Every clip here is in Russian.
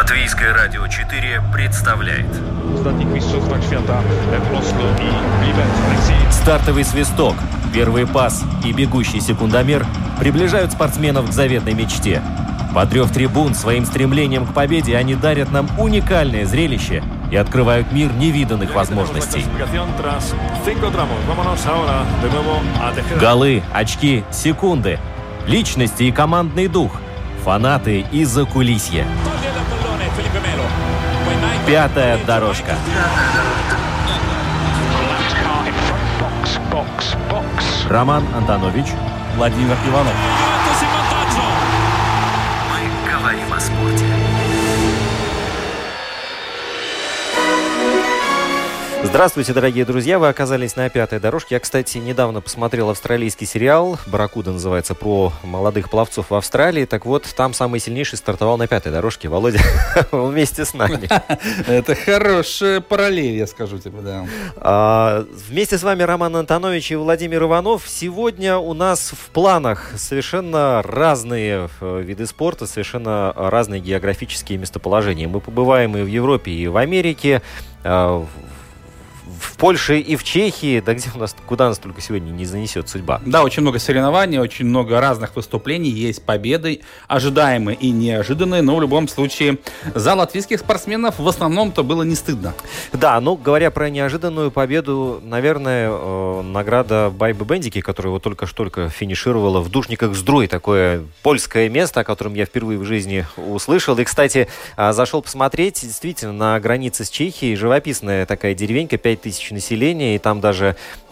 Латвийское радио 4 представляет. Стартовый свисток, первый пас и бегущий секундомер приближают спортсменов к заветной мечте. Потрев трибун своим стремлением к победе, они дарят нам уникальное зрелище и открывают мир невиданных возможностей. Голы, очки, секунды, личности и командный дух, фанаты и закулисье. Пятая дорожка. Роман Антонович, Владимир Иванов. Мы говорим о спорте. Здравствуйте, дорогие друзья! Вы оказались на пятой дорожке. Я, кстати, недавно посмотрел австралийский сериал «Барракуда» называется, про молодых пловцов в Австралии. Так вот, там самый сильнейший стартовал на пятой дорожке. Володя вместе с нами. Это хорошая параллель, я скажу тебе, да. Вместе с вами Роман Антонович и Владимир Иванов. Сегодня у нас в планах совершенно разные виды спорта, совершенно разные географические местоположения. Мы побываем и в Европе, и в Америке, в Польше и в Чехии, да где у нас, куда нас только сегодня не занесет судьба. Да, очень много соревнований, очень много разных выступлений, есть победы, ожидаемые и неожиданные, но в любом случае за латвийских спортсменов в основном-то было не стыдно. Да, ну говоря про неожиданную победу, наверное, награда Байбы Бендики, которая вот только финишировала в Душниках-Здруй, такое польское место, о котором я впервые в жизни услышал. И, кстати, зашел посмотреть, действительно, на границе с Чехией живописная такая деревенька, 5000 населения, и там даже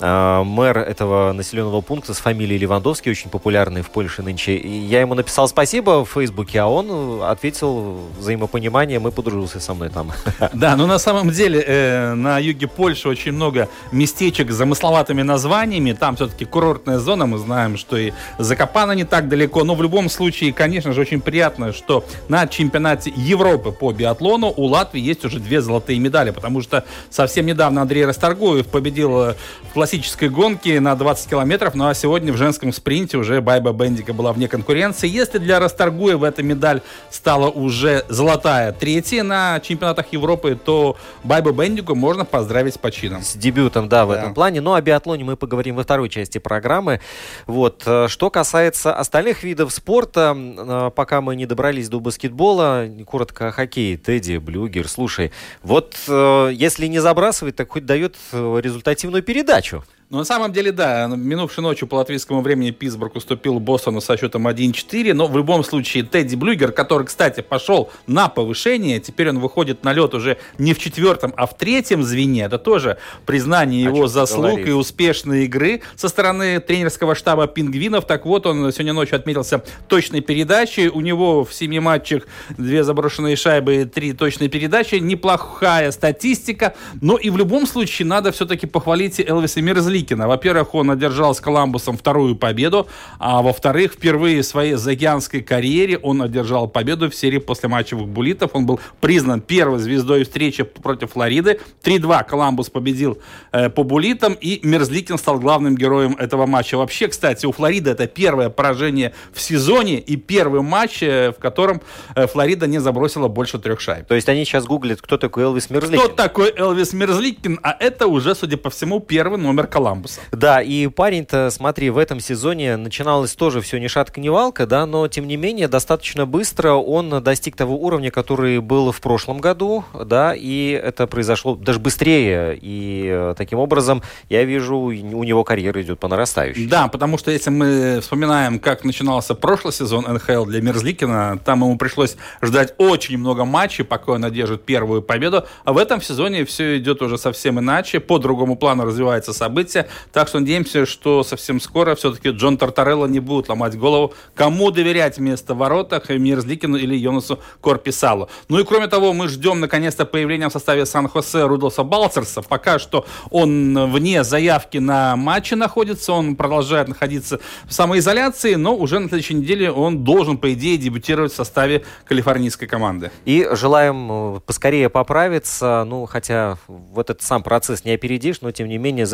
мэр этого населенного пункта с фамилией Левандовский, очень популярный в Польше нынче. И я ему написал спасибо в Фейсбуке, а он ответил взаимопониманием и подружился со мной там. Да, но на самом деле на юге Польши очень много местечек с замысловатыми названиями. Там все-таки курортная зона, мы знаем, что и Закопано не так далеко. Но в любом случае, конечно же, очень приятно, что на чемпионате Европы по биатлону у Латвии есть уже 2 золотые медали, потому что совсем недавно Андрей Расторгуев победил в классической гонке на 20 километров, ну а сегодня в женском спринте уже Байба Бендика была вне конкуренции. Если для Расторгуева эта медаль стала уже золотая, 3-я на чемпионатах Европы, то Байбу Бендику можно поздравить с почином. С дебютом, да, в этом плане. Ну, о биатлоне мы поговорим во второй части программы. Вот. Что касается остальных видов спорта, пока мы не добрались до баскетбола, коротко о хоккее. Тедди Блюгер, слушай, вот если не забрасывать, так хоть дает результативную передачу. Ну, на самом деле, да, минувшей ночью по латвийскому времени Питтсбург уступил Бостону со счетом 1-4, но в любом случае Тедди Блюгер, который, кстати, пошел на повышение, теперь он выходит на лед уже не в 4-м, а в 3-м звене, это тоже признание его заслуг и успешной игры со стороны тренерского штаба «Пингвинов». Так вот, он сегодня ночью отметился точной передачей, у него в 7 матчах 2 заброшенные шайбы, 3 точные передачи, неплохая статистика, но и в любом случае надо все-таки похвалить Элвиса Мерзликина. Во-первых, он одержал с Коламбусом 2-ю победу, а во-вторых, впервые в своей заокеанской карьере он одержал победу в серии послематчевых буллитов. Он был признан первой звездой встречи против Флориды. 3-2 Коламбус победил по буллитам, и Мерзликин стал главным героем этого матча. Вообще, кстати, у Флориды это первое поражение в сезоне и первый матч, в котором Флорида не забросила больше 3 шайб. То есть они сейчас гуглят, кто такой Элвис Мерзликин. Кто такой Элвис Мерзликин? А это уже, судя по всему, первый номер Коламбуса. Да, и парень-то, смотри, в этом сезоне начиналось тоже все ни шатка, ни валка, да, но, тем не менее, достаточно быстро он достиг того уровня, который был в прошлом году, да, и это произошло даже быстрее, и таким образом, я вижу, у него карьера идет по нарастающей. Да, потому что если мы вспоминаем, как начинался прошлый сезон НХЛ для Мерзликина, там ему пришлось ждать очень много матчей, пока он одержит первую победу, а в этом сезоне все идет уже совсем иначе, по другому плану развивается событие. Так что надеемся, что совсем скоро все-таки Джон Тартарелло не будет ломать голову, кому доверять вместо воротах, Мерзликину или Йонасу Корписалу. Ну и кроме того, мы ждем наконец-то появления в составе Сан-Хосе Рудольфа Балцерса. Пока что он вне заявки на матчи находится, он продолжает находиться в самоизоляции, но уже на следующей неделе он должен, по идее, дебютировать в составе калифорнийской команды. И желаем поскорее поправиться, ну, хотя в этот сам процесс не опередишь, но тем не менее Земгус Гергенсен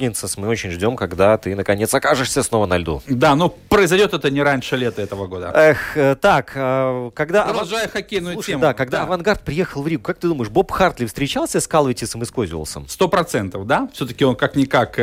Луднинцес. Мы очень ждем, когда ты, наконец, окажешься снова на льду. Да, но произойдет это не раньше лета этого года. Когда... Продолжая хоккейную тему. Да, когда «Авангард» приехал в Ригу, как ты думаешь, Боб Хартли встречался с Калветисом и с Козиулсом? 100%, да? Все-таки он как-никак...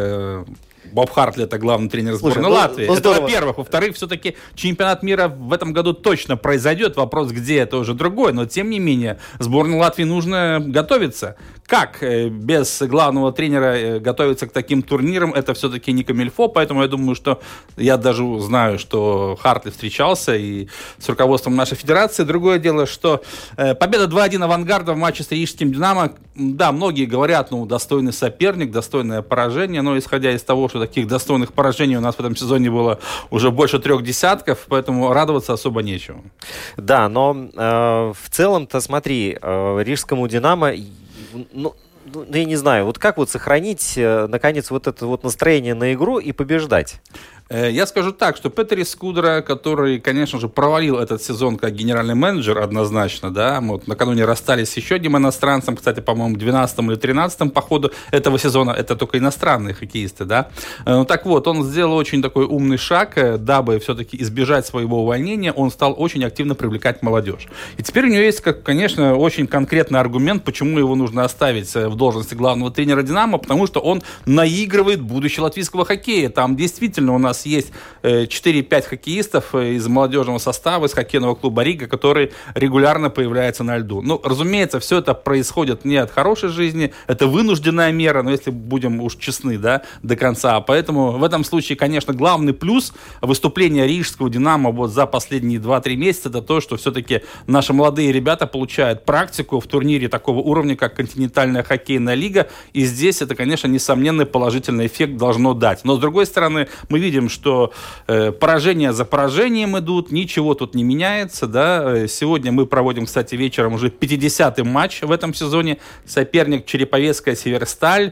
Боб Хартли — это главный тренер сборной Латвии. Это во-первых. Во-вторых, все-таки чемпионат мира в этом году точно произойдет. Вопрос, где, это уже другой. Но, тем не менее, сборной Латвии нужно готовиться. Как без главного тренера готовиться к таким турнирам, это все-таки не камильфо. Поэтому я думаю, что я даже знаю, что Хартли встречался и с руководством нашей федерации. Другое дело, что победа 2-1 «Авангарда» в матче с рижским «Динамо», да, многие говорят, достойный соперник, достойное поражение. Но исходя из того, что таких достойных поражений у нас в этом сезоне было уже больше 3 десятков, поэтому радоваться особо нечего. Да, но в целом-то, смотри, рижскому «Динамо», я не знаю, как сохранить, наконец, это настроение на игру и побеждать? Я скажу так, что Петери Скудра, который, конечно же, провалил этот сезон как генеральный менеджер однозначно, да, мы накануне расстались с еще одним иностранцем, кстати, по-моему, 12-м или 13-м по ходу этого сезона, это только иностранные хоккеисты, да. Так вот, он сделал очень такой умный шаг, дабы все-таки избежать своего увольнения, он стал очень активно привлекать молодежь. И теперь у него есть, конечно, очень конкретный аргумент, почему его нужно оставить в должности главного тренера «Динамо», потому что он наигрывает будущее латвийского хоккея. Там действительно у нас есть 4-5 хоккеистов из молодежного состава, из хоккейного клуба «Рига», которые регулярно появляются на льду. Разумеется, все это происходит не от хорошей жизни, это вынужденная мера, но если будем уж честны, да, до конца. Поэтому в этом случае, конечно, главный плюс выступления рижского «Динамо» за последние 2-3 месяца, это то, что все-таки наши молодые ребята получают практику в турнире такого уровня, как континентальная хоккейная лига, и здесь это, конечно, несомненный положительный эффект должно дать. Но, с другой стороны, мы видим, что поражения за поражением идут, ничего тут не меняется, да. Сегодня мы проводим, кстати, вечером уже 50-й матч в этом сезоне. Соперник Череповецкая Северсталь,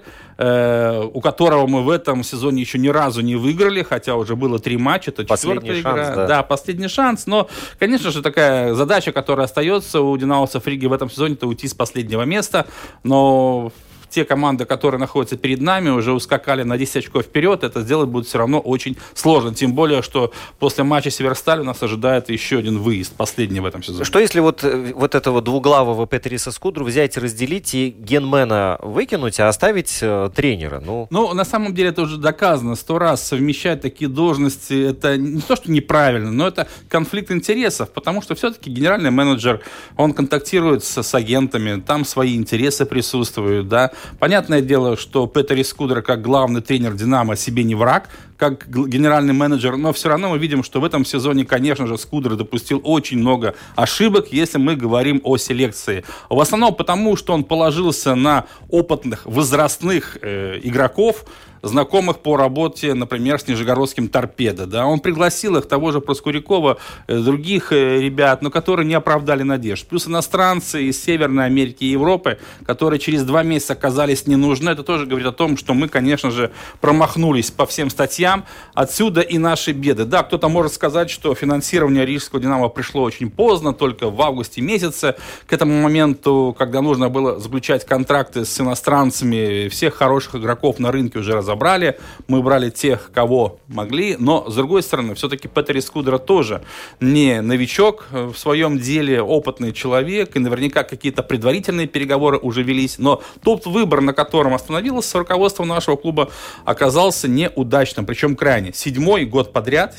у которого мы в этом сезоне еще ни разу не выиграли, хотя уже было 3 матча, это 4-я игра. Да, последний шанс. Но, конечно же, такая задача, которая остается у динамовцев Риги в этом сезоне, это уйти с последнего места. Но те команды, которые находятся перед нами, уже ускакали на 10 очков вперед. Это сделать будет все равно очень сложно. Тем более, что после матча Северсталь у нас ожидает еще один выезд, последний в этом сезоне. Что если вот этого двуглавого Петериса Скудру взять, разделить и генмена выкинуть, а оставить тренера? На самом деле это уже доказано 100 раз. Совмещать такие должности, это не то, что неправильно, но это конфликт интересов, потому что все-таки генеральный менеджер, он контактирует с агентами, там свои интересы присутствуют, да. Понятное дело, что Петери Скудра, как главный тренер «Динамо», себе не враг, как генеральный менеджер, но все равно мы видим, что в этом сезоне, конечно же, Скудра допустил очень много ошибок, если мы говорим о селекции. В основном потому, что он положился на опытных, возрастных игроков, знакомых по работе, например, с Нижегородским «Торпедо». Да? Он пригласил их, того же Проскурякова, других ребят, но которые не оправдали надежд. Плюс иностранцы из Северной Америки и Европы, которые через 2 месяца оказались не нужны. Это тоже говорит о том, что мы, конечно же, промахнулись по всем статьям. Отсюда и наши беды. Да, кто-то может сказать, что финансирование рижского «Динамо» пришло очень поздно, только в августе месяце. К этому моменту, когда нужно было заключать контракты с иностранцами, всех хороших игроков на рынке уже разобрали. Мы брали тех, кого могли. Но, с другой стороны, все-таки Петери Скудра тоже не новичок в своем деле, опытный человек. И наверняка какие-то предварительные переговоры уже велись. Но тот выбор, на котором остановилось руководство нашего клуба, оказался неудачным. Причем крайне. 7-й год подряд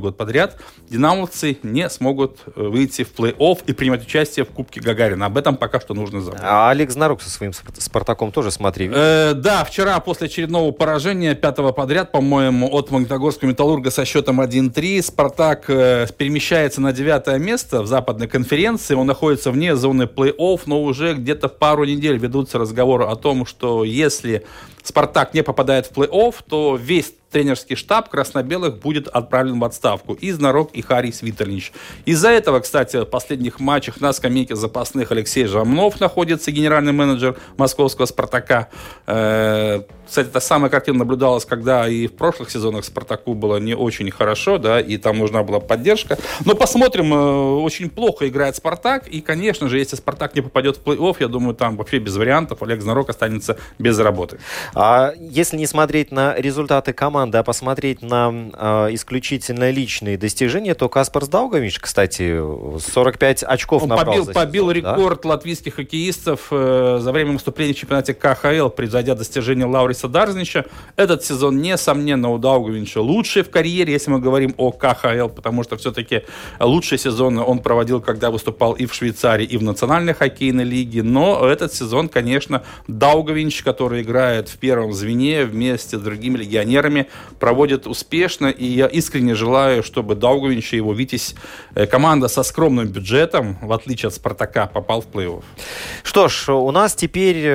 динамовцы не смогут выйти в плей-офф и принимать участие в Кубке Гагарина. Об этом пока что нужно забыть. А Олег Знарук со своим «Спартаком» тоже, смотри. Да, вчера после очередного поражения 5-го подряд, по-моему, от Магнитогорского «Металлурга» со счетом 1-3. «Спартак» перемещается на 9-е место в западной конференции. Он находится вне зоны плей-офф, но уже где-то пару недель ведутся разговоры о том, что если «Спартак» не попадает в плей-офф, то весь тренерский штаб красно-белых будет отправлен в отставку. И Знарок, и Харис Витальевич. Из-за этого, кстати, в последних матчах на скамейке запасных Алексей Жамнов находится, генеральный менеджер московского «Спартака». Кстати, та самая картина наблюдалась, когда и в прошлых сезонах «Спартаку» было не очень хорошо, да, и там нужна была поддержка. Но посмотрим, очень плохо играет «Спартак», и, конечно же, если «Спартак» не попадет в плей-офф, я думаю, там вообще без вариантов Олег Знарок останется без работы. А если не смотреть на результаты команды, а посмотреть на исключительно личные достижения, то Каспарс Даугавич, кстати, 45 очков набрал. Побил рекорд латвийских хоккеистов за время выступления в чемпионате КХЛ, превзойдя достижения Лауриса Дарзнича. Этот сезон, несомненно, у Даугавича лучший в карьере, если мы говорим о КХЛ, потому что все-таки лучший сезон он проводил, когда выступал и в Швейцарии, и в национальной хоккейной лиге. Но этот сезон, конечно, Даугавич, который играет в первом звене вместе с другими легионерами, проводит успешно. И я искренне желаю, чтобы Даугавич и его «Витязь», команда со скромным бюджетом, в отличие от «Спартака», попал в плей-офф. Что ж, у нас теперь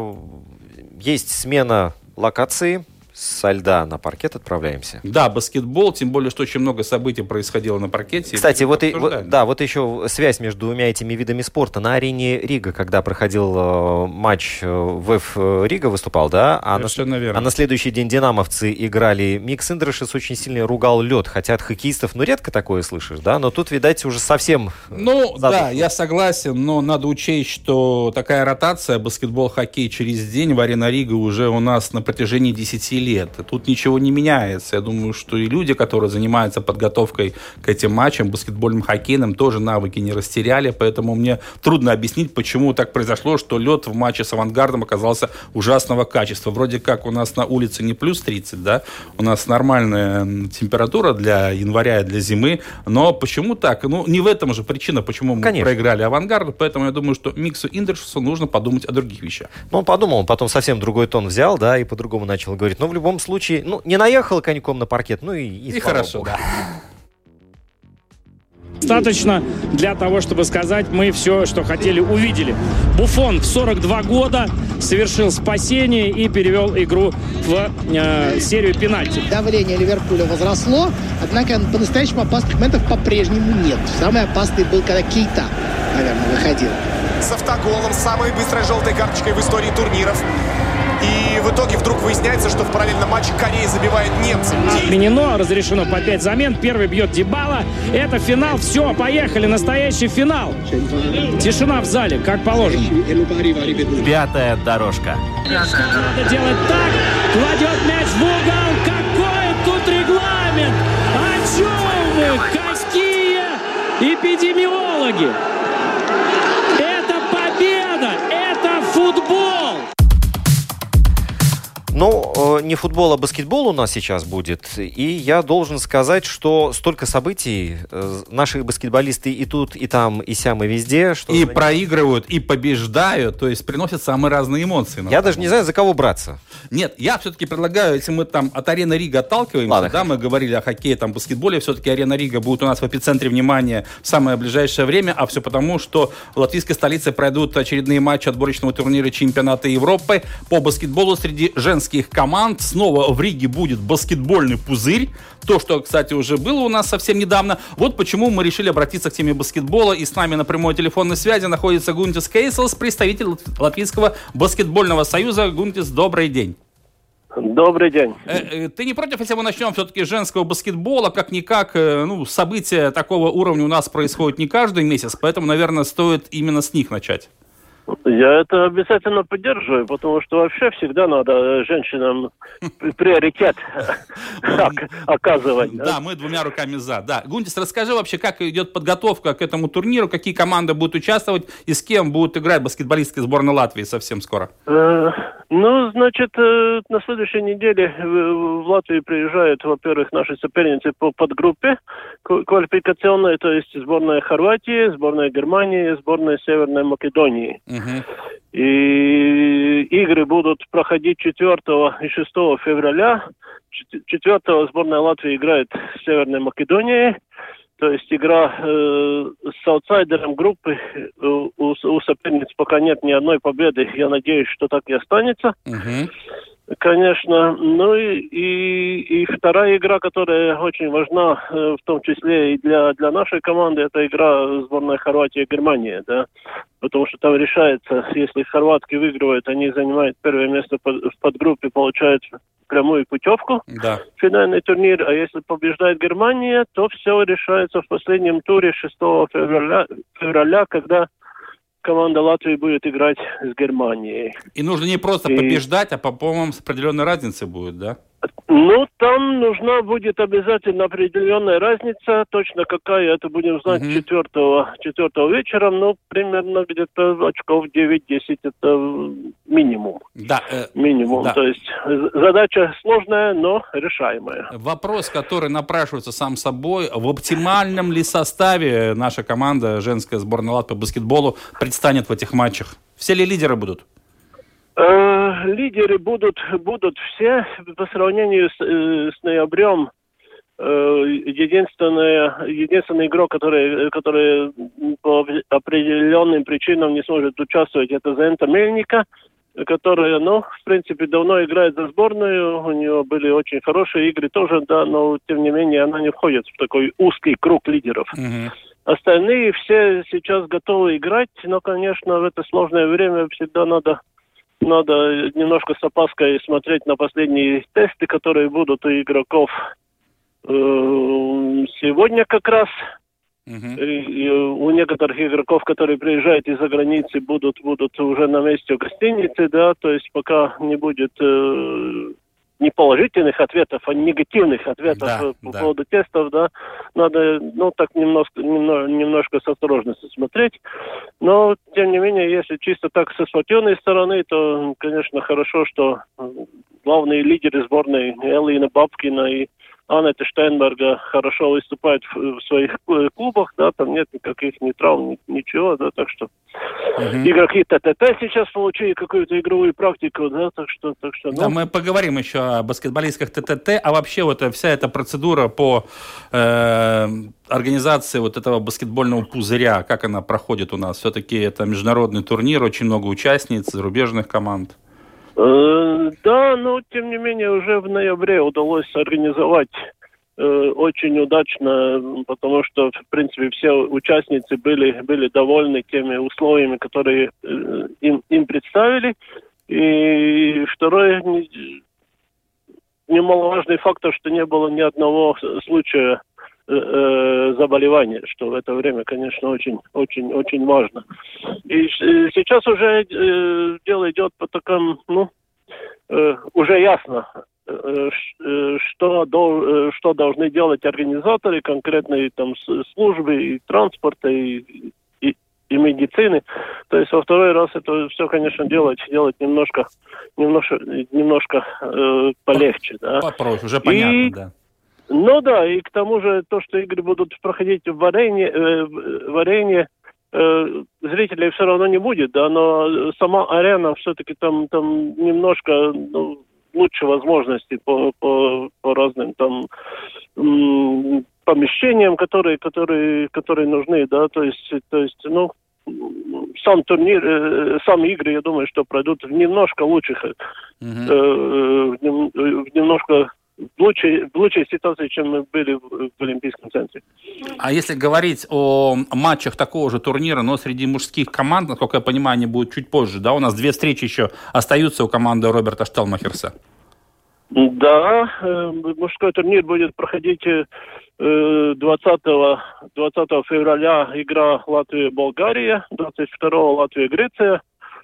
есть смена локации. Со льда на паркет отправляемся. Да, баскетбол, тем более, что очень много событий происходило на паркете. Кстати, вот еще связь между двумя этими видами спорта. На арене Рига, когда проходил матч, ВФ Рига выступал, да? А на следующий день динамовцы играли. Микс Индрашес очень сильно ругал лед, хотя от хоккеистов, редко такое слышишь, да? Но тут, видать, уже совсем... Да, я согласен, но надо учесть, что такая ротация, баскетбол, хоккей через день в арене Рига уже у нас на протяжении 10 лет. Тут ничего не меняется. Я думаю, что и люди, которые занимаются подготовкой к этим матчам, баскетбольным, хоккейным, тоже навыки не растеряли, поэтому мне трудно объяснить, почему так произошло, что лед в матче с «Авангардом» оказался ужасного качества. Вроде как у нас на улице не плюс 30, да, у нас нормальная температура для января и для зимы, но почему так? Не в этом же причина, почему мы проиграли «Авангарду», поэтому я думаю, что Миксу Индрашесу нужно подумать о других вещах. Он подумал, он потом совсем другой тон взял, да, и по-другому начал говорить. В любом случае, не наехал коньком на паркет, и хорошо, Богу. Да. Достаточно для того, чтобы сказать, мы все, что хотели, увидели. Буфон в 42 года совершил спасение и перевел игру в серию пенальти. Давление Ливерпуля возросло, однако по-настоящему опасных моментов по-прежнему нет. Самый опасный был, когда Кейта, наверное, выходил. С автоголом, самой быстрой желтой карточкой в истории турниров. И в итоге вдруг выясняется, что в параллельном матче Корея забивает немцы. Отменено, разрешено по 5 замен. Первый бьет Дибала. Это финал. Все, поехали. Настоящий финал. Тишина в зале, как положено. Пятая дорожка. Надо делать так. Кладет мяч в угол. Какой тут регламент? О чем вы? Какие эпидемиологи? Это победа. Это футбол. Не футбол, а баскетбол у нас сейчас будет. И я должен сказать, что столько событий. Наши баскетболисты и тут, и там, и сям, и везде. Что и проигрывают, и побеждают. То есть приносят самые разные эмоции. Я даже не знаю, за кого браться. Нет, я все-таки предлагаю, если мы там от арены Рига отталкиваемся, мы говорили о хоккее, баскетболе, все-таки арена Рига будет у нас в эпицентре внимания в самое ближайшее время, а все потому, что в латвийской столице пройдут очередные матчи отборочного турнира чемпионата Европы по баскетболу среди женских команд. Снова в Риге будет баскетбольный пузырь. То, что, кстати, уже было у нас совсем недавно. Вот почему мы решили обратиться к теме баскетбола. И с нами на прямой телефонной связи находится Гунтис Кейселс, представитель Латвийского баскетбольного союза. Гунтис, добрый день. Добрый день. Ты не против, если мы начнем все-таки с женского баскетбола? Как-никак, события такого уровня у нас происходят не каждый месяц, поэтому, наверное, стоит именно с них начать. Я это обязательно поддерживаю, потому что вообще всегда надо женщинам приоритет оказывать. Да, мы двумя руками за. Да. Гунтис, расскажи вообще, как идет подготовка к этому турниру, какие команды будут участвовать и с кем будут играть баскетболистки сборной Латвии совсем скоро? На следующей неделе в Латвию приезжают, во-первых, наши соперницы по подгруппе квалификационной, то есть сборная Хорватии, сборная Германии, сборная Северной Македонии. И игры будут проходить 4 и 6 февраля. 4 сборная Латвии играет с Северной Македонией. То есть игра с аутсайдером группы. У соперниц пока нет ни одной победы. Я надеюсь, что так и останется. Конечно. Ну и вторая игра, которая очень важна, в том числе и для нашей команды, это игра сборной Хорватии и Германии, да. Потому что там решается, если хорватки выигрывают, они занимают первое место в подгруппе, получают прямую путевку в финальный турнир, а если побеждает Германия, то все решается в последнем туре 6 февраля, когда команда Латвии будет играть с Германией. И нужно не просто побеждать, а, по-моему, с определенной разницей будет, да? Ну, там нужна будет обязательно определенная разница. Точно какая, это будем знать 4 вечера. Но примерно где-то очков 9-10 это минимум. Да. Минимум. Да. То есть задача сложная, но решаемая. Вопрос, который напрашивается сам собой. В оптимальном ли составе наша команда, женская сборная Латвии по баскетболу, предстанет в этих матчах? Все ли лидеры будут? Лидеры будут все по сравнению с ноябрем. Единственный игрок, который по определенным причинам не сможет участвовать, это Зента Мельника, которая, в принципе, давно играет за сборную. У нее были очень хорошие игры тоже, да, но тем не менее она не входит в такой узкий круг лидеров. Остальные все сейчас готовы играть, но, конечно, в это сложное время всегда надо немножко с опаской смотреть на последние тесты, которые будут у игроков сегодня как раз. И у некоторых игроков, которые приезжают из-за границы, будут уже на месте в гостинице, да, то есть пока не будет не положительных ответов, а негативных ответов по поводу тестов, да, надо, так немножко с осторожностью смотреть. Но, тем не менее, если чисто так со спортивной стороны, то, конечно, хорошо, что главные лидеры сборной Элина Бабкина и Анетта Штайнберга хорошо выступают в своих клубах, да, там нет никаких ни травм, ничего, да, так что игроки ТТТ сейчас получили какую-то игровую практику, да, так что. Да, мы поговорим еще о баскетболистках ТТТ, а вообще вся эта процедура по организации вот этого баскетбольного пузыря, как она проходит у нас? Все-таки это международный турнир, очень много участниц, зарубежных команд. Да, но тем не менее уже в ноябре удалось организовать очень удачно, потому что, в принципе, все участницы были довольны теми условиями, которые им представили. И второй немаловажный фактор, что не было ни одного случая заболевания, что в это время, конечно, очень важно. И сейчас уже дело идет по такому, уже ясно, что должны делать организаторы, конкретные там службы и транспорта, и медицины. То есть во второй раз это все, конечно, делать немножко полегче, да. Попроще, уже понятно, да. Ну да, и к тому же то, что игры будут проходить в Варенье, зрителей все равно не будет, да, но сама арена все-таки там немножко лучше возможностей по разным там помещениям, которые нужны, да, то есть сам турнир, сам игры, я думаю, что пройдут в немножко лучших, в немножко в лучшей ситуации, чем мы были в Олимпийском центре. А если говорить о матчах такого же турнира, но среди мужских команд, насколько я понимаю, они будут чуть позже, да? У нас 2 встречи еще остаются у команды Роберта Шталмахерса. Да, мужской турнир будет проходить 20 февраля игра Латвия-Болгария, 22 Латвия-Греция.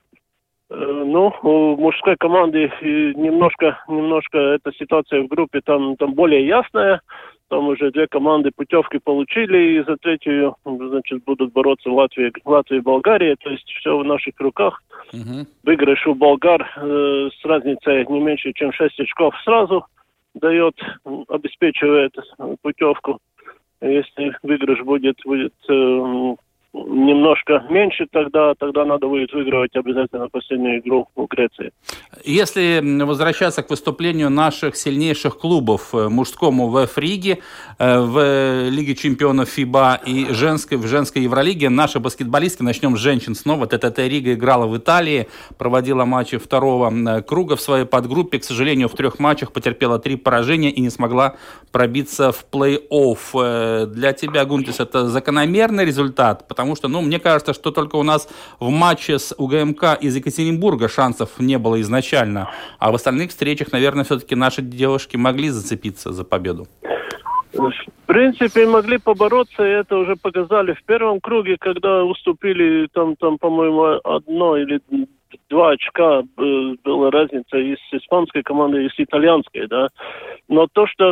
У мужской команды немножко эта ситуация в группе там более ясная. Там уже 2 команды путевки получили, и за третью, значит, будут бороться Латвия и Болгария. То есть все в наших руках. Выигрыш у болгар с разницей не меньше, чем 6 очков сразу обеспечивает путевку. Если выигрыш будет немножко меньше, тогда надо будет выигрывать обязательно последнюю игру в Греции. Если возвращаться к выступлению наших сильнейших клубов, мужскому в Риге, в Лиге чемпионов ФИБА и в женской Евролиге, наши баскетболистки, начнем с женщин снова. ТТТ Рига играла в Италии, проводила матчи второго круга в своей подгруппе. К сожалению, в 3 матчах потерпела 3 поражения и не смогла пробиться в плей-офф. Для тебя, Гунтис, это закономерный результат? Потому что, мне кажется, что только у нас в матче с УГМК из Екатеринбурга шансов не было изначально, а в остальных встречах, наверное, все-таки наши девушки могли зацепиться за победу. В принципе, могли побороться, и это уже показали в первом круге, когда уступили, там по-моему, 1 или 2 очка была разница и с испанской командой, и с итальянской, да. Но то, что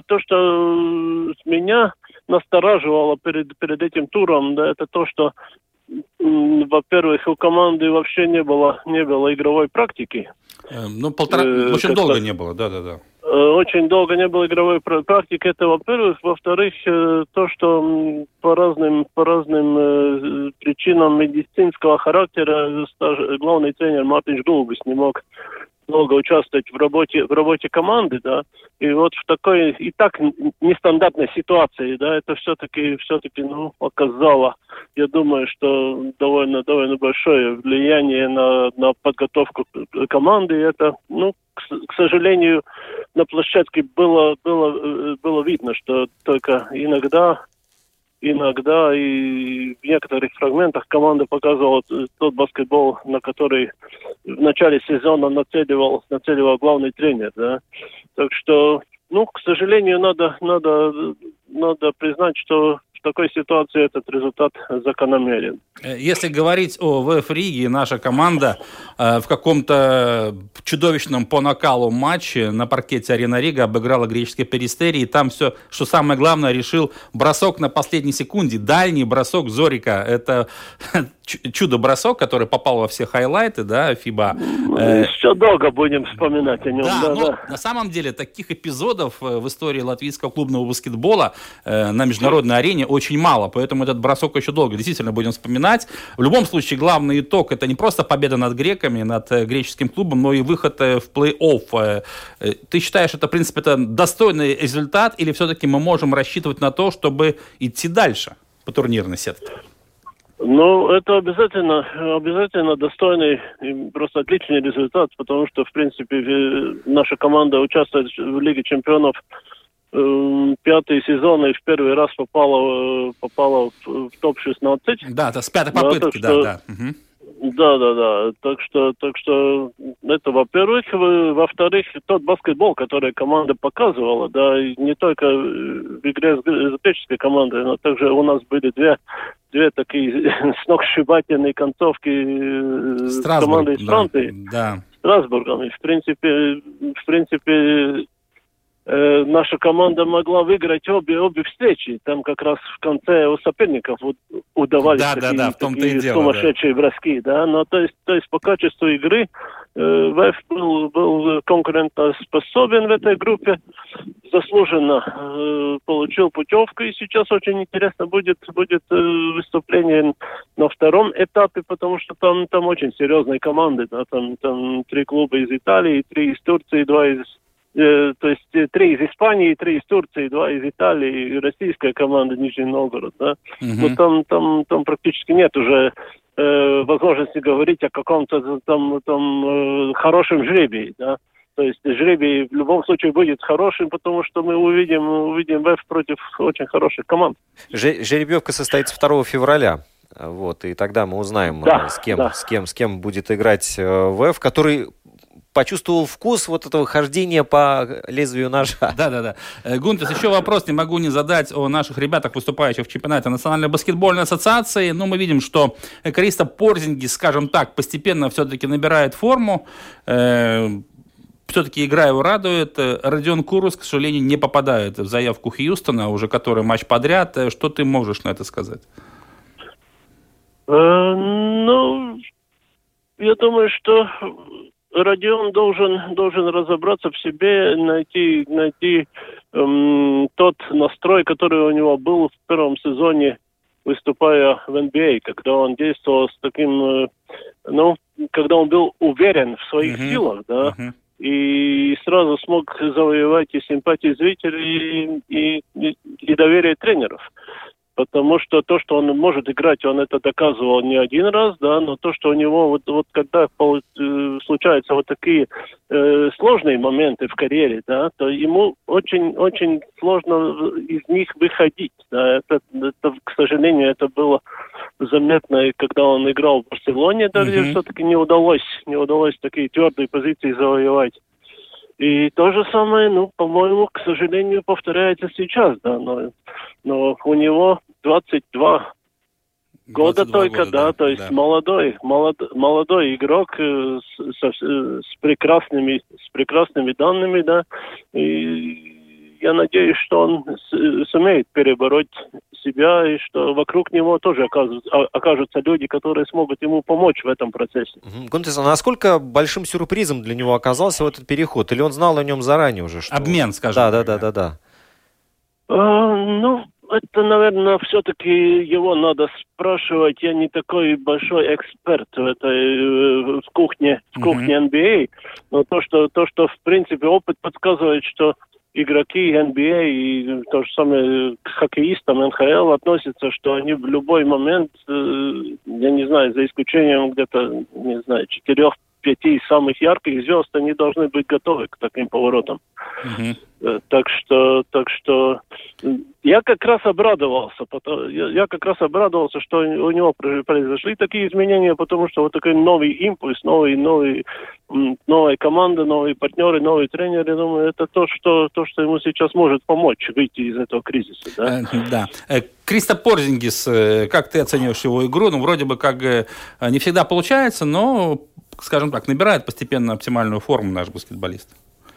меня настораживало перед этим туром, да, это то, что, во-первых, у команды вообще не было игровой практики. Очень долго не было, да. Очень долго не было игровой практики, это во-первых. Во-вторых, то, что по разным причинам медицинского характера главный тренер Мартин Голубис не мог долго участвовать в работе команды, да, и вот в такой и так нестандартной ситуации, да, это все-таки оказало, я думаю, что довольно большое влияние на подготовку команды. Это, к сожалению, на площадке было видно, что только иногда и в некоторых фрагментах команда показывала тот баскетбол, на который в начале сезона нацеливал главный тренер, да. Так что, к сожалению, надо признать, что в такой ситуации этот результат закономерен. Если говорить о ВФ Риге, наша команда в каком-то чудовищном по накалу матче на паркете Арена Рига обыграла греческий Перистери, и там все, что самое главное, решил бросок на последней секунде, дальний бросок Зорика. Это чудо-бросок, который попал во все хайлайты, да, ФИБА. Все долго будем вспоминать о нем. Да. На самом деле таких эпизодов в истории латвийского клубного баскетбола на международной арене очень мало, поэтому этот бросок еще долго действительно будем вспоминать. В любом случае, главный итог — это не просто победа над греками, над греческим клубом, но и выход в плей-офф. Ты считаешь, это, в принципе, это достойный результат, или все-таки мы можем рассчитывать на то, чтобы идти дальше по турнирной сетке? Это обязательно достойный и просто отличный результат, потому что, в принципе, наша команда участвует в Лиге чемпионов 5-й сезон и в первый раз попала в топ-16. Да, это с 5-й попытки, да. Да. Так что это, во-первых. Во-вторых, тот баскетбол, который команда показывала, да, и не только в игре с греческой командой, но также у нас были две такие сногсшибательные концовки с командой из Франции. Да. Страсбургом. И в принципе, наша команда могла выиграть обе встречи. Там как раз в конце у соперников удавались такие сумасшедшие броски. Да? Но то есть по качеству игры ВФ был конкурентоспособен в этой группе, заслуженно получил путевку, и сейчас очень интересно будет выступление на втором этапе, потому что там очень серьезные команды. Да? Там 3 клуба из Италии, 3 из Турции, 2 из... То есть 3 из Испании, 3 из Турции, 2 из Италии, и российская команда Нижний Новгород, да. Но там практически нет уже возможности говорить о каком-то там хорошем жребии, да. То есть жребий в любом случае будет хорошим, потому что мы увидим ВФ против очень хороших команд. Жеребьевка состоится 2 февраля. И тогда мы узнаем, с кем будет играть ВФ, который почувствовал вкус этого хождения по лезвию ножа. Да. Гунтис, еще вопрос не могу не задать о наших ребятах, выступающих в чемпионате Национальной баскетбольной ассоциации. Мы видим, что Кристо Порзингис, скажем так, постепенно все-таки набирает форму. Все-таки игра его радует. Родион Курус, к сожалению, не попадает в заявку Хьюстона, уже который матч подряд. Что ты можешь на это сказать? Я думаю, что Родион должен разобраться в себе, найти тот настрой, который у него был в первом сезоне выступая в NBA, когда он действовал с таким, когда он был уверен в своих силах, да, и сразу смог завоевать и симпатии зрителей, и доверие тренеров. Потому что то, что он может играть, он это доказывал не один раз, да, но то, что у него вот когда случаются вот такие сложные моменты в карьере, да, то ему очень сложно из них выходить. Да. Это, к сожалению, это было заметно, когда он играл в Барселоне, да, где все-таки не удалось такие твердые позиции завоевать. И то же самое, по-моему, к сожалению, повторяется сейчас, да, но у него 22 года только, да, то есть молодой игрок с прекрасными данными, да, и я надеюсь, что он сумеет перебороть себя, и что вокруг него тоже окажутся люди, которые смогут ему помочь в этом процессе. Гунтес, а насколько большим сюрпризом для него оказался вот этот переход? Или он знал о нем заранее уже? Что... Обмен, скажем. Да. Это, наверное, все-таки его надо спрашивать. Я не такой большой эксперт в кухне NBA, но то, что в принципе опыт подсказывает, что игроки NBA и то же самое к хоккеистам НХЛ относятся, что они в любой момент, я не знаю, за исключением где-то, 4-5 самых ярких звезд, они должны быть готовы к таким поворотам. Так что я как раз обрадовался, что у него произошли такие изменения, потому что вот такой новый импульс, новая команда, новые партнеры, новые тренеры, думаю, это то, что ему сейчас может помочь выйти из этого кризиса. Да. Кристо Порзингис, как ты оцениваешь его игру? Вроде бы как не всегда получается, но, скажем так, набирает постепенно оптимальную форму наш баскетболист.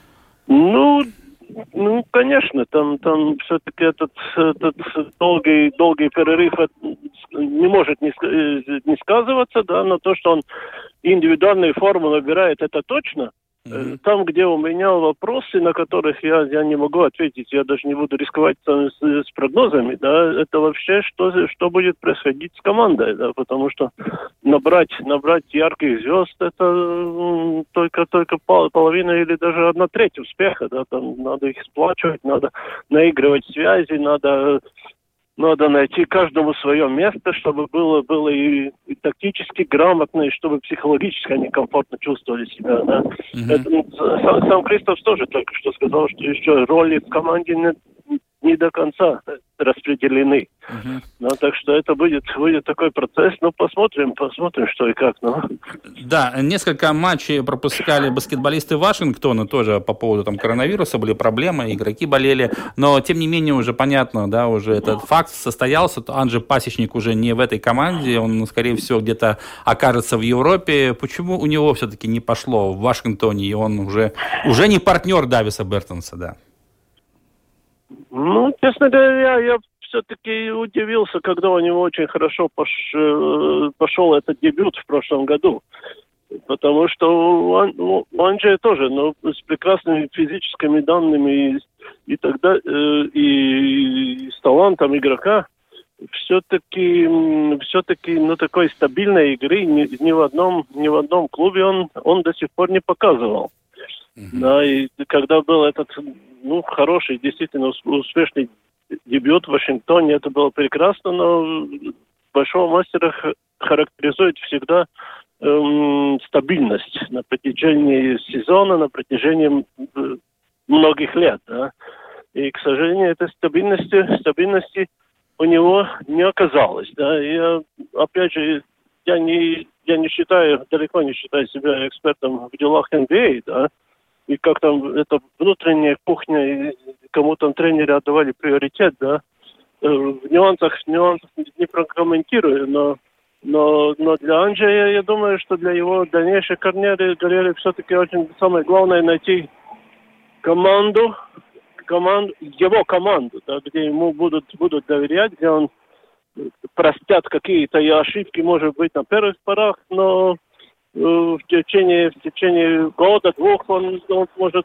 Конечно, там все-таки этот долгий перерыв не может не сказываться, да, но то, что он индивидуальную форму набирает, это точно. Там, где у меня вопросы, на которых я не могу ответить, я даже не буду рисковать с прогнозами, да, это вообще что будет происходить с командой, да, потому что набрать ярких звезд, это только половина или даже 1/3 успеха, да, там надо их сплачивать, надо наигрывать связи, надо найти каждому свое место, чтобы было и тактически грамотно, и чтобы психологически они комфортно чувствовали себя. Да. Сам Кристоф тоже только что сказал, что еще роли в команде не до конца распределены. Так что это будет такой процесс. Посмотрим, что и как. Да, несколько матчей пропускали баскетболисты Вашингтона, тоже по поводу коронавируса были проблемы, игроки болели, но тем не менее уже понятно, да, уже этот факт состоялся, Анджей Пасечник уже не в этой команде, он, скорее всего, где-то окажется в Европе. Почему у него все-таки не пошло в Вашингтоне, и он уже не партнер Дависа Бертонса, да? Честно говоря, я все-таки удивился, когда у него очень хорошо пошел этот дебют в прошлом году. Потому что у Анджея тоже, с прекрасными физическими данными и тогда и с талантом игрока, все-таки такой стабильной игры ни в одном клубе он до сих пор не показывал. Да, и когда был этот хороший, действительно успешный дебют в Вашингтоне, это было прекрасно, но большого мастера характеризует всегда стабильность на протяжении сезона, на протяжении многих лет. Да. И, к сожалению, этой стабильности у него не оказалось. Да. И, опять же, я далеко не считаю себя экспертом в делах NBA, да. И как там эта внутренняя кухня, и кому там тренеры отдавали приоритет, да, в нюансах не прокомментирую, но для Анджея, я думаю, что для его дальнейшей карьеры все-таки самое главное найти его команду, да, где ему будут доверять, где он простят какие-то ошибки, может быть, на первых порах, но в течение года-двух он может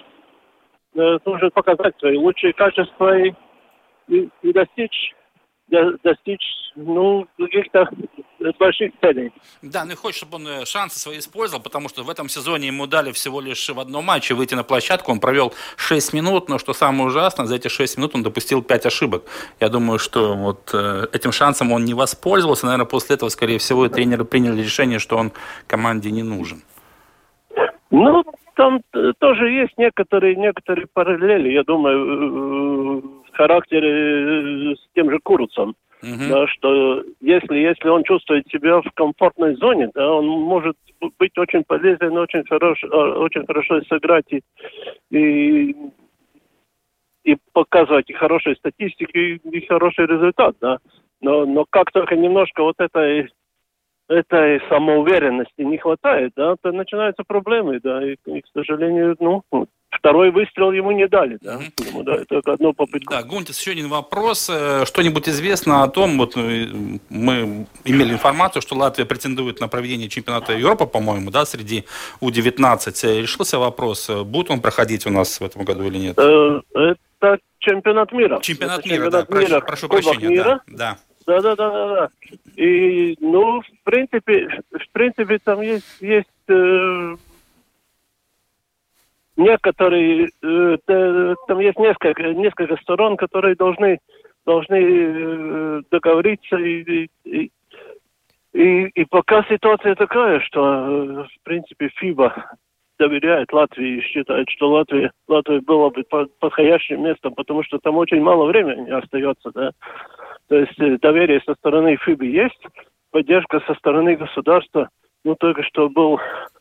показать свои лучшие качества и достичь достичь, каких-то больших целей. Да, и хочет, чтобы он шансы свои использовал, потому что в этом сезоне ему дали всего лишь в одном матче выйти на площадку. Он провел 6 минут, но что самое ужасное, за эти 6 минут он допустил 5 ошибок. Я думаю, что вот этим шансом он не воспользовался. Наверное, после этого, скорее всего, тренеры приняли решение, что он команде не нужен. Там тоже есть некоторые параллели, я думаю, в характере с тем же Куруцем. Да, что если он чувствует себя в комфортной зоне, да, он может быть очень полезен, очень хорошо сыграть и показывать и хорошие статистики, и хороший результат, да. Но как только немножко вот этой самоуверенности не хватает, да, то начинаются проблемы, да, и к сожалению, второй выстрел ему не дали, да. Ему дали только одну попытку. Да, Гунтис, еще один вопрос. Что-нибудь известно о том, вот мы имели информацию, что Латвия претендует на проведение чемпионата Европы, по-моему, да, среди У-19. Решился вопрос, будет он проходить у нас в этом году или нет? Это чемпионат мира. Чемпионат мира, да, прошу прощения, мира. Да. Да. И, в принципе, там есть некоторые, там есть несколько сторон, которые должны договориться, и пока ситуация такая, что, в принципе, ФИБА доверяет Латвии и считает, что Латвия была бы подходящим местом, потому что там очень мало времени остается, да. То есть доверие со стороны ФИБА есть, поддержка со стороны государства. Только что был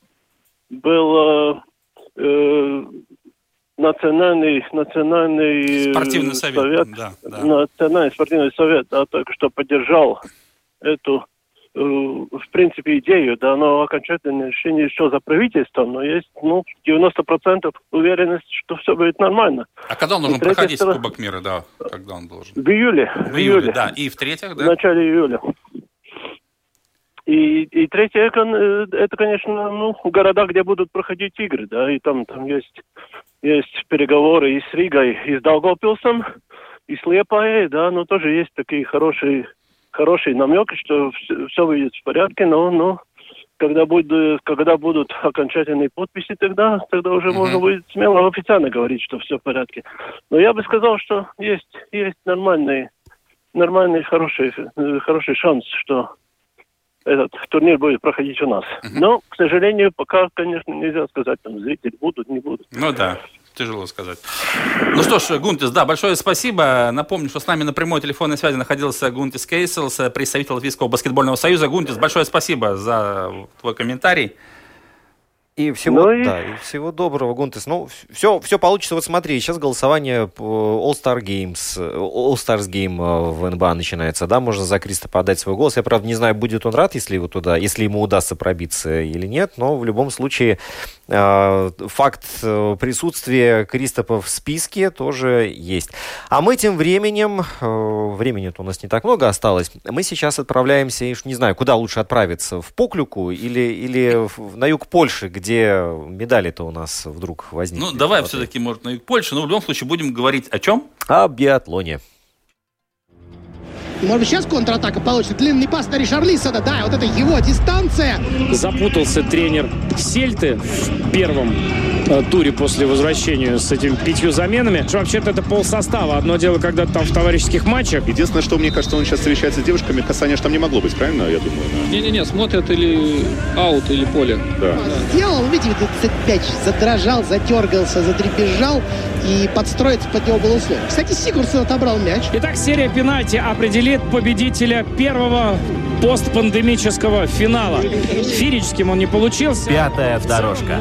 национальный спортивный совет. Национальный спортивный совет, да, только что поддержал эту, в принципе, идею, да, но окончательное решение еще за правительством, но есть, 90% уверенность, что все будет нормально. А когда он должен проходить Кубок мира, да? Когда он должен? В июле. В июле, да. И в-третьих, да? В начале июля. И третье, это, конечно, города, где будут проходить игры, да, и там есть переговоры и с Ригой, и с Даугавпилсом, и с Лиепаей, да, но тоже есть такие хорошие намеки, что все выйдет в порядке, но когда будут окончательные подписи, тогда уже можно будет смело официально говорить, что все в порядке. Но я бы сказал, что есть нормальный хороший шанс, что этот турнир будет проходить у нас. Но, к сожалению, пока, конечно, нельзя сказать, там зрители будут, не будут. Да. Тяжело сказать. Что ж, Гунтис, да, большое спасибо. Напомню, что с нами на прямой телефонной связи находился Гунтис Кейселс, представитель Латвийского баскетбольного союза. Гунтис, большое спасибо за твой комментарий. И всего доброго, Гунтис. Все получится. Вот смотри, сейчас голосование по All-Stars Game в НБА начинается, да, можно за Криста подать свой голос. Я, правда, не знаю, будет он рад, если ему удастся пробиться или нет, но в любом случае факт присутствия Кристопа в списке тоже есть. А мы тем временем, времени-то у нас не так много осталось, мы сейчас отправляемся, не знаю, куда лучше отправиться, в Поклюку или на юг Польши, где медали-то у нас вдруг возникли. Давай все-таки, может, на юг Польши, но в любом случае будем говорить о чем? О биатлоне. Может быть, сейчас контратака получится. Длинный пас на Ришарлисона. Да, вот это его дистанция. Запутался тренер Сельты в первом туре после возвращения с этими 5 заменами. Вообще-то это полсостава. Одно дело, когда ты там в товарищеских матчах. Единственное, что мне кажется, он сейчас встречается с девушками, касания же там не могло быть, правильно, я думаю? Не-не-не, смотрят или аут, или поле. Да. Сделал, видите, мяч задрожал, затергался, задребезжал, и подстроиться под него было условие. Кстати, Сигурдсон отобрал мяч. Итак, серия пенальти определит победителя первого постпандемического финала. Феерическим он не получился. Пятая дорожка.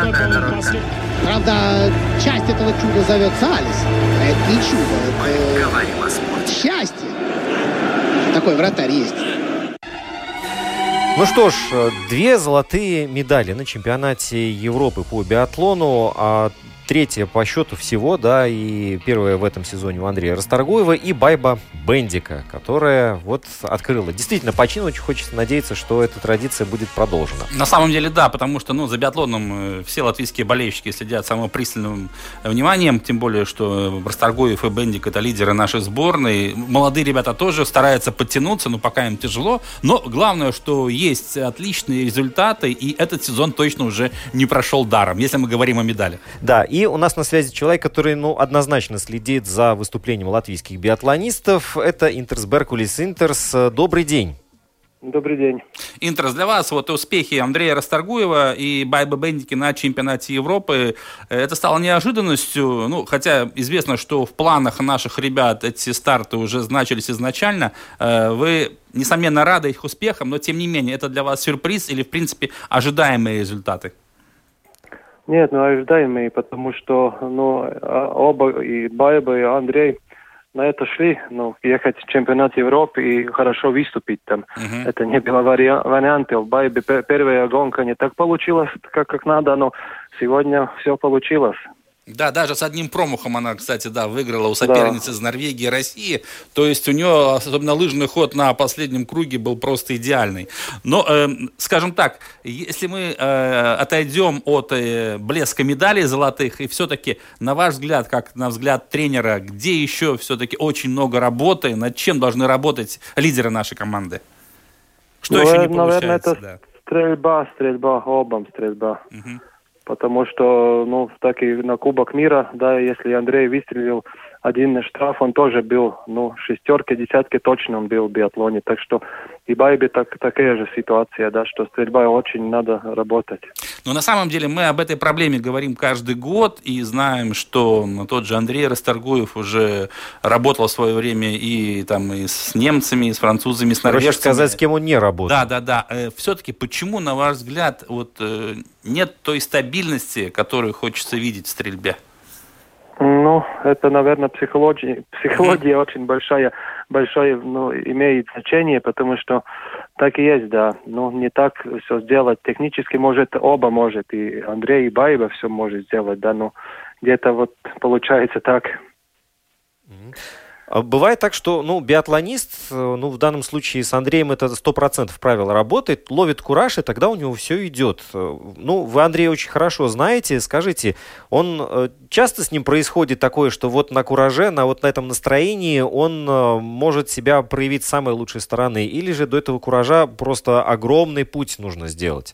Правда, часть этого чуда зовется Алис. А это не чудо, это счастье. Такой вратарь есть. Ну что ж, 2 золотые медали на чемпионате Европы по биатлону. третья по счету всего, да, и первая в этом сезоне у Андрея Расторгуева, и Байба Бендика, которая вот открыла. Действительно, по чину очень хочется надеяться, что эта традиция будет продолжена. На самом деле, да, потому что, за биатлоном все латвийские болельщики следят самым пристальным вниманием, тем более, что Расторгуев и Бендик — это лидеры нашей сборной. Молодые ребята тоже стараются подтянуться, но пока им тяжело. Но главное, что есть отличные результаты, и этот сезон точно уже не прошел даром, если мы говорим о медалях. Да, и у нас на связи человек, который, однозначно следит за выступлением латвийских биатлонистов. Это Интерс Беркулис Интерс. Добрый день. Добрый день. Интерс, для вас успехи Андрея Расторгуева и Байбы Бендики на чемпионате Европы, это стало неожиданностью, хотя известно, что в планах наших ребят эти старты уже значились изначально. Вы, несомненно, рады их успехам, но тем не менее, это для вас сюрприз или, в принципе, ожидаемые результаты? Нет, ожидаемые, потому что оба, и Байба, и Андрей, на это шли, ехать в чемпионат Европы и хорошо выступить там. Это не было варианта. В Байбе первая гонка не так получилась, как надо, но сегодня все получилось. Да, даже с одним промахом она, кстати, выиграла у соперницы из Норвегии и России. То есть у нее, особенно лыжный ход на последнем круге, был просто идеальный. Но, скажем так, если мы отойдем от блеска медалей золотых, и все-таки, на ваш взгляд, как на взгляд тренера, где еще все-таки очень много работы, над чем должны работать лидеры нашей команды? Что еще не получается? Наверное, это стрельба, обам стрельба. Потому что, так и на Кубок мира, если Андрей выстрелил один штраф, он тоже был, шестерки, десятки точно он был в биатлоне. Так что и Байбе такая же ситуация, что стрельба очень надо работать. Но на самом деле мы об этой проблеме говорим каждый год и знаем, что тот же Андрей Расторгуев уже работал в свое время и с немцами, и с французами, и с норвежцами. Проще сказать, с кем он не работал. Да. Все-таки почему, на ваш взгляд, нет той стабильности, которую хочется видеть в стрельбе? Это, наверное, психология очень большое имеет значение, потому что так и есть, да. Не так все сделать. Технически оба может, и Андрей, и Байба все может сделать, да, но где-то получается так. Бывает так, что биатлонист, в данном случае с Андреем это 100% правило работает, ловит кураж, и тогда у него все идет. Вы Андрея очень хорошо знаете, скажите, часто с ним происходит такое, что на кураже, на этом настроении он может себя проявить с самой лучшей стороны, или же до этого куража просто огромный путь нужно сделать?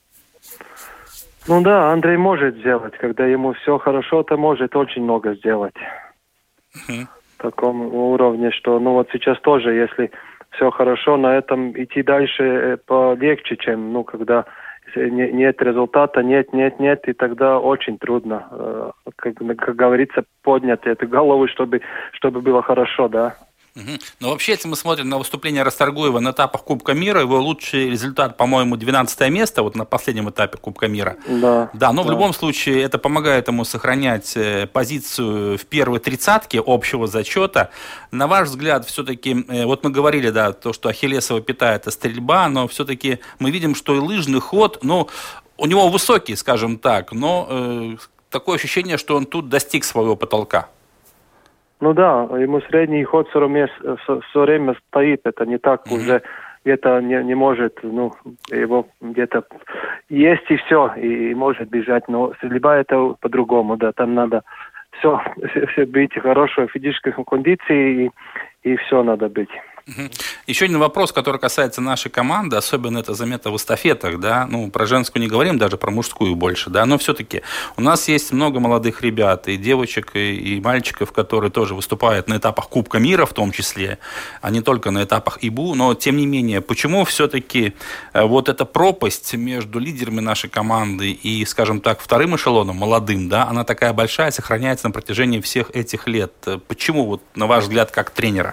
Андрей может сделать, когда ему все хорошо, то может очень много сделать. Таком уровне, что сейчас тоже, если все хорошо, на этом идти дальше полегче, чем когда нет результата, нет, и тогда очень трудно, как говорится, поднять эту голову, чтобы было хорошо, да. Но вообще, если мы смотрим на выступление Расторгуева на этапах Кубка мира, его лучший результат, по-моему, 12 место, на последнем этапе Кубка мира. Да, но в любом случае это помогает ему сохранять позицию в первой тридцатке общего зачета. На ваш взгляд, все-таки, мы говорили, то, что ахиллесова пята — это стрельба, но все-таки мы видим, что и лыжный ход, у него высокий, скажем так, но такое ощущение, что он тут достиг своего потолка. Ему средний ход все время стоит, это не так уже, где-то не может, его где-то есть и все, и может бежать, но стрельба это по-другому, там надо все быть в хорошей физической кондиции, и все надо быть. Еще один вопрос, который касается нашей команды, особенно это заметно в эстафетах, про женскую не говорим, даже про мужскую больше, но все-таки у нас есть много молодых ребят, и девочек, и мальчиков, которые тоже выступают на этапах Кубка мира в том числе, а не только на этапах ИБУ, но тем не менее, почему все-таки эта пропасть между лидерами нашей команды и, скажем так, вторым эшелоном, молодым, она такая большая, сохраняется на протяжении всех этих лет? Почему, на ваш взгляд, как тренера?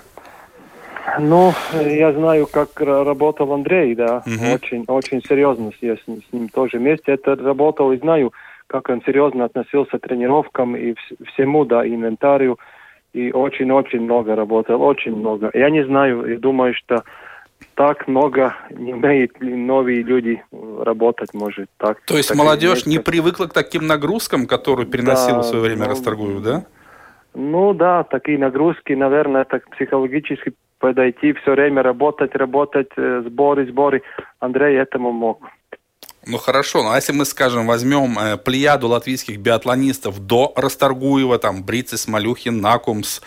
Я знаю, как работал Андрей, очень серьезно, я с ним тоже вместе это работал, и знаю, как он серьезно относился к тренировкам и всему, инвентарию, и очень-очень много работал, очень много. Я не знаю, и думаю, что так много не умеют новые люди работать, может. Так, то есть молодежь не привыкла к таким нагрузкам, которые переносила в свое время Расторгуев, да? Ну да, такие нагрузки, наверное, так психологически подойти, все время работать, сборы. Андрей этому мог. Ну хорошо, ну а если мы, скажем, возьмем плеяду латвийских биатлонистов до Расторгуева, там Брицис, Малюхин, Накумс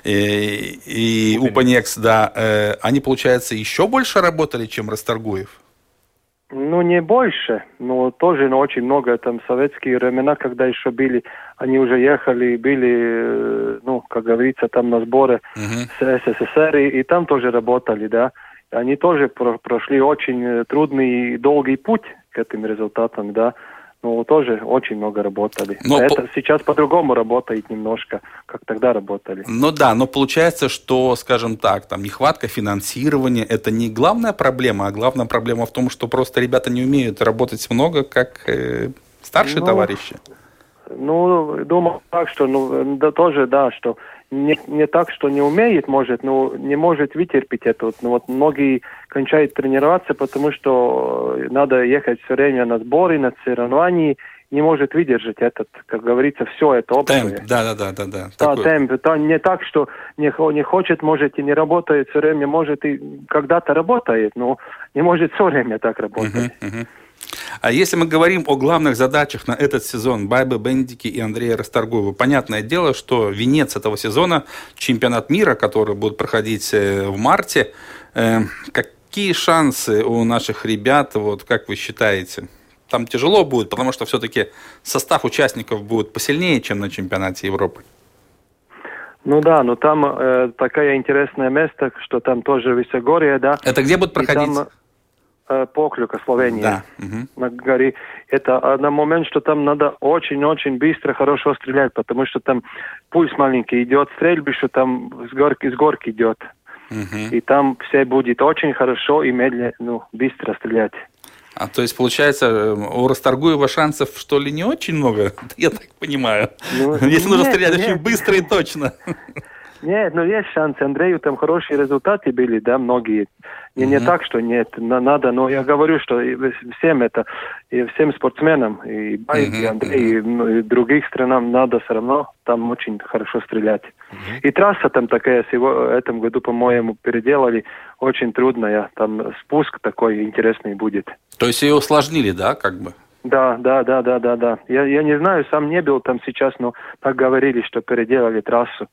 и Упанекс, да, они, получается, еще больше работали, чем Расторгуев? Ну, не больше, но тоже очень много, там, советские времена, когда еще были, они уже ехали, были, ну, как говорится, там на сборы с СССР, и там тоже работали, да. Они тоже прошли очень трудный и долгий путь к этим результатам, да. Ну, тоже очень много работали. Но это сейчас по-другому работает немножко, как тогда работали. Ну да, но получается, что, скажем так, там нехватка финансирования – это не главная проблема, а главная проблема в том, что просто ребята не умеют работать много, как старшие товарищи. Ну, думаю так, что, ну, да, тоже, да, что не так, что не умеет, может, но не может вытерпеть это. Ну, вот многие кончают тренироваться, потому что надо ехать все время на сборы, на соревнования, не может выдержать этот, как говорится, все это общее. Темп, да. Да, темп. Это не так, что не хочет, может, и не работает все время, может, и когда-то работает, но не может все время так работать. А если мы говорим о главных задачах на этот сезон Байбы Бендики и Андрея Расторгуева, понятное дело, что венец этого сезона – чемпионат мира, который будет проходить в марте. Какие шансы у наших ребят, вот как вы считаете? Там тяжело будет, потому что все-таки состав участников будет посильнее, чем на чемпионате Европы. Ну да, но там такое интересное место, что там тоже высогорье, да. Это где будет проходить? Поклюка, Словения, да. на горе. Это на момент, что там надо очень-очень быстро, хорошо стрелять, потому что там пульс маленький идет, стрельбище там с горки идет. И там все будет очень хорошо и медленно, ну, быстро стрелять. А то есть, получается, у Расторгуева шансов, что ли, не очень много? Я так понимаю. Ну, если нужно стрелять очень быстро и точно. Нет, ну есть шансы. Андрею там хорошие результаты были, да, многие. Не так, что нет, надо, но я говорю, что всем это, и всем спортсменам, и Байбе, и Андрею, и других странам надо все равно там очень хорошо стрелять. И трасса там такая, в этом году, по-моему, переделали, очень трудная, там спуск такой интересный будет. То есть ее усложнили, да, как бы? Да. Я не знаю, сам не был там сейчас, но так говорили, что переделали трассу.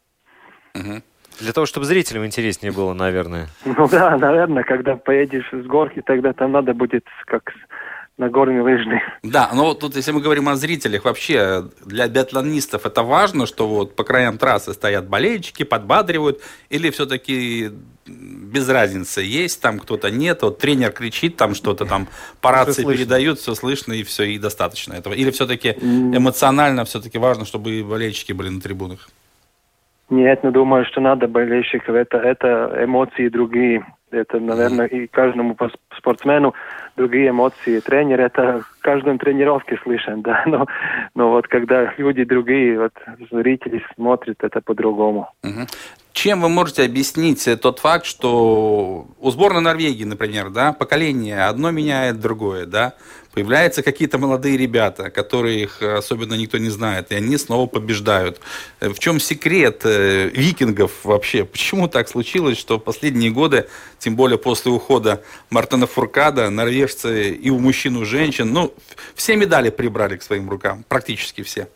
Для того, чтобы зрителям интереснее было, наверное. Ну да, наверное, когда поедешь с горки, тогда там надо будет как на горной лыжной. Да, но вот тут, если мы говорим о зрителях, вообще для биатлонистов это важно, что вот по краям трассы стоят болельщики, подбадривают, или все-таки без разницы, есть там кто-то, нет, вот тренер кричит, там что-то там по рации передают, все слышно и все, и достаточно этого. Или все-таки эмоционально все-таки важно, чтобы и болельщики были на трибунах? Нет, ну думаю, что надо болельщиков, это эмоции другие. Это, наверное, и каждому спортсмену другие эмоции. Тренер, это в каждом тренировке слышен, да. Но вот когда люди другие, вот зрители смотрят, это по-другому. Чем вы можете объяснить тот факт, что у сборной Норвегии, например, да, поколение одно меняет другое, да, появляются какие-то молодые ребята, которых особенно никто не знает, и они снова побеждают. В чем секрет викингов вообще? Почему так случилось, что в последние годы, тем более после ухода Мартена Фуркада, норвежцы и у мужчин, и у женщин, ну, все медали прибрали к своим рукам, практически все.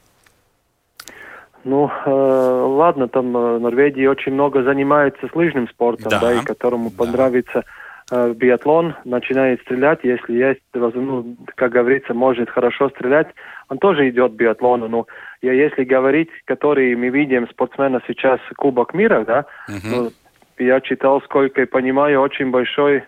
Ну, ладно, там Норвегия очень много занимается с лыжным спортом, да, и которому понравится биатлон, начинает стрелять, если есть, ну, как говорится, может хорошо стрелять, он тоже идет к биатлону. Но если говорить, который мы видим спортсмена сейчас Кубок мира, да, ну, я читал, сколько я понимаю, очень большая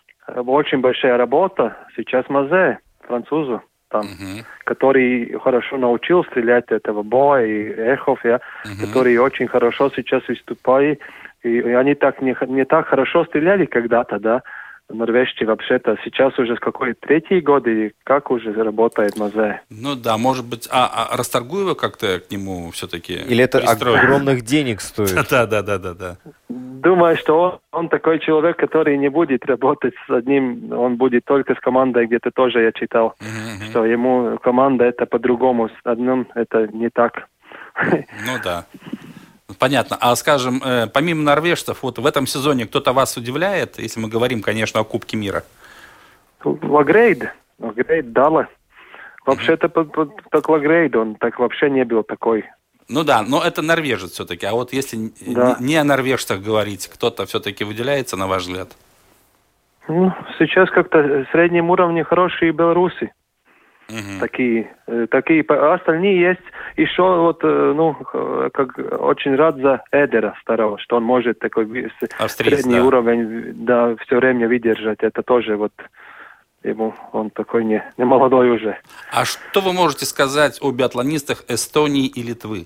работа сейчас Мазе, французу. Там, который хорошо научил стрелять этого боя, и Эхов, который очень хорошо сейчас выступает. И они так не так хорошо стреляли когда-то, да, норвежцы вообще-то. Сейчас уже какой третий год, и как уже работает Мазе? Ну да, может быть, Расторгуева как-то к нему все-таки или это пристроили? Огромных денег стоит? Да. думаю, что он такой человек, который не будет работать с одним, он будет только с командой, где-то тоже я читал, что ему команда это по-другому, с одним это не так. Ну да. Понятно. А скажем, помимо норвежцев, вот в этом сезоне кто-то вас удивляет, если мы говорим, конечно, о Кубке мира? Лагрейд Дала. Вообще-то так Лагрейд, он так вообще не был такой. Ну да, но это норвежец все-таки. А вот если не о норвежцах говорить, кто-то все-таки выделяется, на ваш взгляд? Ну, сейчас как-то в среднем уровне хорошие белорусы. Такие. Остальные есть еще вот, как очень рад за Эдера старого, что он может такой средний уровень, да, все время выдержать. Это тоже вот ему, он такой не молодой уже. А что вы можете сказать о биатлонистах Эстонии и Литвы?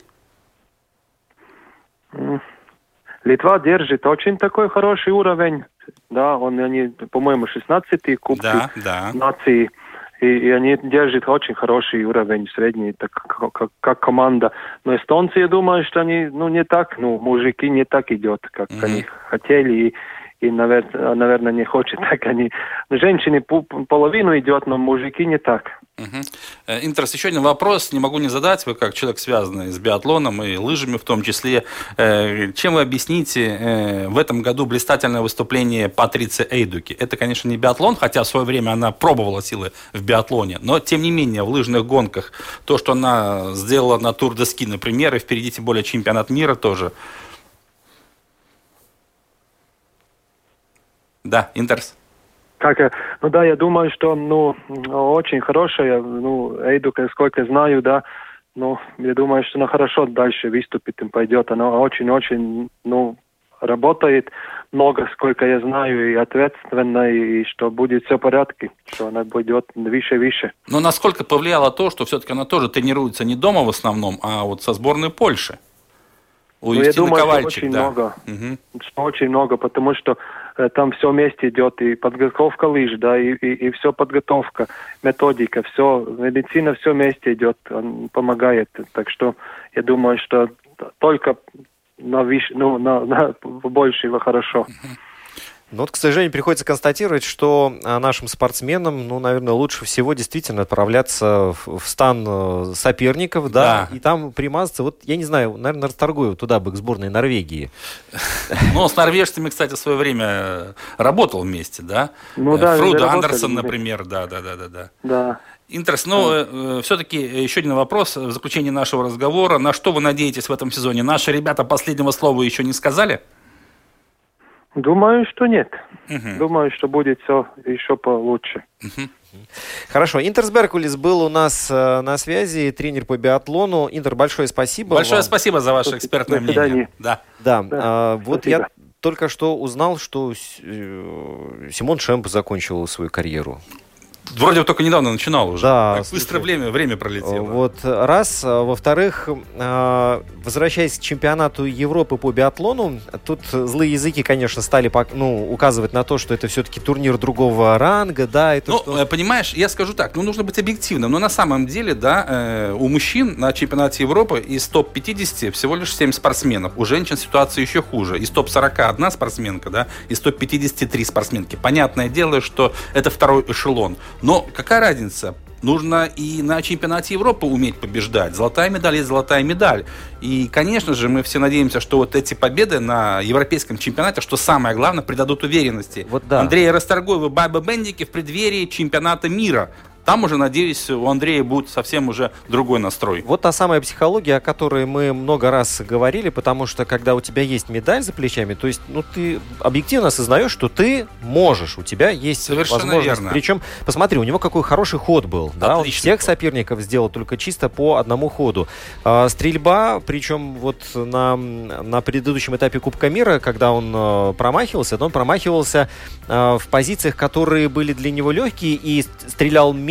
Литва держит очень такой хороший уровень. Да, они, по-моему, 16-й кубки нации. И они держат очень хороший уровень средний, так, как команда. Но эстонцы, я думаю, что они, не так, мужики не так идет, как они хотели. И, наверное, не хочет так. Женщины половину идет, но мужики не так. Интерс, еще один вопрос, не могу не задать. Вы как человек, связанный с биатлоном и лыжами в том числе, чем вы объясните в этом году блистательное выступление Патриции Эйдуки? Это, конечно, не биатлон, хотя в свое время она пробовала силы в биатлоне, но, тем не менее, в лыжных гонках то, что она сделала на Тур де Ски, например, и впереди тем более чемпионат мира тоже. Да, Интерс. Я думаю, что, очень хорошая, Эйдука, сколько знаю, да, я думаю, что она хорошо дальше выступит и пойдет. Она очень-очень, работает много, сколько я знаю, и ответственно, и что будет все в порядке, что она пойдет выше. Но насколько повлияло то, что все-таки она тоже тренируется не дома в основном, а вот со сборной Польши? Я думаю, Ковальчик, что очень много, потому что там все вместе идет, и подготовка лыж, да, и все подготовка, методика, все, медицина, все вместе идет, он помогает. Так что я думаю, что только на больше и хорошо. Ну вот, к сожалению, приходится констатировать, что нашим спортсменам, наверное, лучше всего действительно отправляться в стан соперников, да, и там примазаться. Вот, я не знаю, наверное, расторгую туда бы к сборной Норвегии. С норвежцами, кстати, в свое время работал вместе, да? Фруда Андерсон, например, да. Интерс, все-таки еще один вопрос в заключении нашего разговора. На что вы надеетесь в этом сезоне? Наши ребята последнего слова еще не сказали? Думаю, что нет. Думаю, что будет все еще получше. Хорошо. Интерс Беркулис был у нас на связи, тренер по биатлону. Интер, большое спасибо. Большое спасибо за ваше экспертное мнение. Вот я только что узнал, что Симон Шемп закончил свою карьеру. Вроде только недавно начинал уже. Да. Так быстро время пролетело. Вот раз. Во-вторых, возвращаясь к чемпионату Европы по биатлону, тут злые языки, конечно, стали указывать на то, что это все-таки турнир другого ранга, да. Понимаешь, я скажу так, нужно быть объективным, но на самом деле, да, у мужчин на чемпионате Европы из топ-50 всего лишь 7 спортсменов. У женщин ситуация еще хуже. Из топ-40 одна спортсменка, да, из топ-50 3 спортсменки. Понятное дело, что это второй эшелон. Но какая разница? Нужно и на чемпионате Европы уметь побеждать. Золотая медаль есть золотая медаль. И, конечно же, мы все надеемся, что вот эти победы на европейском чемпионате, что самое главное, придадут уверенности. Андрея Расторгуева, Байбе Бендики в преддверии чемпионата мира. Там уже, надеюсь, у Андрея будет совсем уже другой настрой. Вот та самая психология, о которой мы много раз говорили, потому что, когда у тебя есть медаль за плечами, то есть, ты объективно осознаешь, что ты можешь, у тебя есть совершенно возможность. Верно. Причем, посмотри, у него какой хороший ход был. Да? Он всех соперников сделал только чисто по одному ходу. Стрельба, причем вот на предыдущем этапе Кубка мира, когда он промахивался в позициях, которые были для него легкие, и стрелял метко,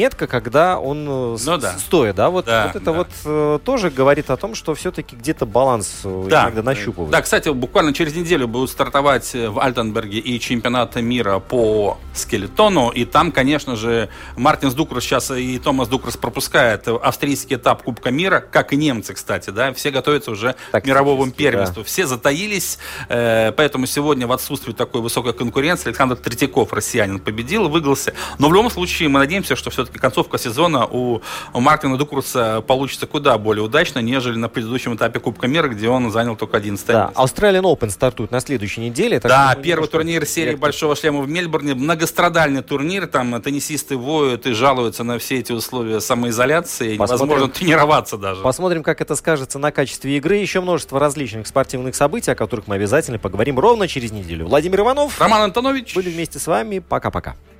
отметка, когда он стоя, да? Вот это вот тоже говорит о том, что все-таки где-то баланс иногда нащупывает. Да, кстати, буквально через неделю будут стартовать в Альтенберге и чемпионат мира по скелетону, и там, конечно же, Мартинс Дукрас сейчас и Томас Дукрас пропускает австрийский этап Кубка мира, как и немцы, кстати, да, все готовятся уже к мировому первенству, все затаились, поэтому сегодня в отсутствии такой высокой конкуренции Александр Третьяков, россиянин, победил, выигрался, но в любом случае мы надеемся, что все-таки концовка сезона у Мартина Дукраса получится куда более удачно, нежели на предыдущем этапе Кубка мира, где он занял только 11 место. Australian Open стартует на следующей неделе. Да, первый турнир серии Большого шлема в Мельбурне, многострадальный турнир, там теннисисты воют и жалуются на все эти условия самоизоляции, невозможно тренироваться даже. Посмотрим, как это скажется на качестве игры. Еще множество различных спортивных событий, о которых мы обязательно поговорим ровно через неделю. Владимир Иванов, Роман Антонович были вместе с вами. Пока-пока.